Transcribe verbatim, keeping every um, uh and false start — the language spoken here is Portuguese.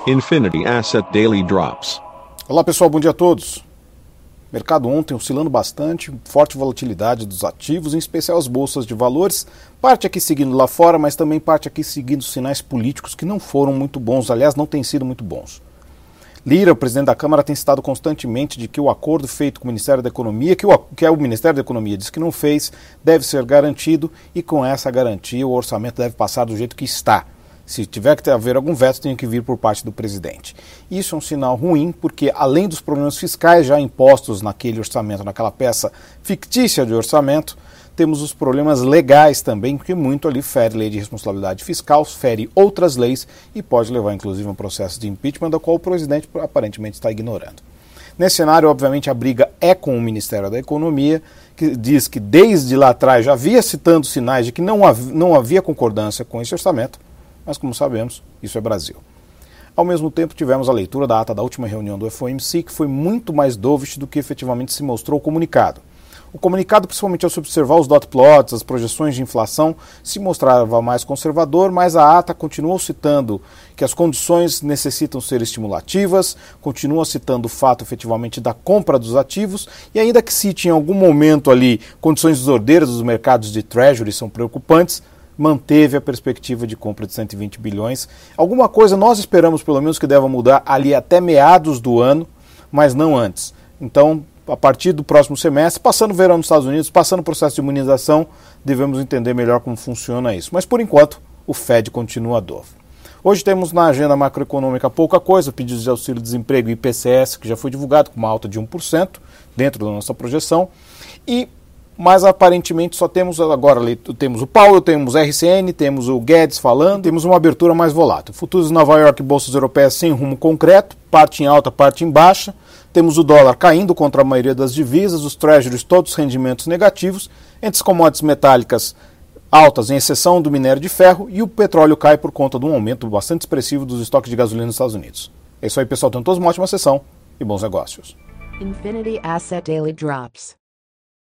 Infinity Asset Daily Drops. Olá pessoal, bom dia a todos. Mercado ontem oscilando bastante, forte volatilidade dos ativos, em especial as bolsas de valores, parte aqui seguindo lá fora, mas também parte aqui seguindo sinais políticos que não foram muito bons, aliás, não têm sido muito bons. Lira, o presidente da Câmara, tem citado constantemente de que o acordo feito com o Ministério da Economia, que o, que o Ministério da Economia diz que não fez, deve ser garantido e com essa garantia o orçamento deve passar do jeito que está. Se tiver que haver algum veto, tem que vir por parte do presidente. Isso é um sinal ruim, porque além dos problemas fiscais já impostos naquele orçamento, naquela peça fictícia de orçamento, temos os problemas legais também, porque muito ali fere lei de responsabilidade fiscal, fere outras leis e pode levar inclusive a um processo de impeachment, da qual o presidente aparentemente está ignorando. Nesse cenário, obviamente, a briga é com o Ministério da Economia, que diz que desde lá atrás já havia citando sinais de que não havia, não havia concordância com esse orçamento, mas como sabemos, isso é Brasil. Ao mesmo tempo, tivemos a leitura da ata da última reunião do F O M C, que foi muito mais dovish do que efetivamente se mostrou o comunicado. O comunicado, principalmente ao se observar os dot plots, as projeções de inflação, se mostrava mais conservador, mas a ata continuou citando que as condições necessitam ser estimulativas, continua citando o fato efetivamente da compra dos ativos, e ainda que cite em algum momento ali condições desordeiras dos mercados de treasury são preocupantes, manteve a perspectiva de compra de cento e vinte bilhões. Alguma coisa nós esperamos pelo menos que deva mudar ali até meados do ano, mas não antes. Então, a partir do próximo semestre, passando o verão nos Estados Unidos, passando o processo de imunização, devemos entender melhor como funciona isso. Mas, por enquanto, o Fed continua dove. Hoje temos na agenda macroeconômica pouca coisa, pedidos de auxílio-desemprego e I P C S, que já foi divulgado com uma alta de um por cento, dentro da nossa projeção, e mas aparentemente só temos agora, temos o Powell, temos R C N, temos o Guedes falando, temos uma abertura mais volátil. Futuros de Nova York e bolsas europeias sem rumo concreto, parte em alta, parte em baixa. Temos o dólar caindo contra a maioria das divisas, os treasuries todos rendimentos negativos, entre as commodities metálicas altas, em exceção do minério de ferro, e o petróleo cai por conta de um aumento bastante expressivo dos estoques de gasolina nos Estados Unidos. É isso aí, pessoal. Tenham todos uma ótima sessão e bons negócios. Infinity Asset Daily Drops.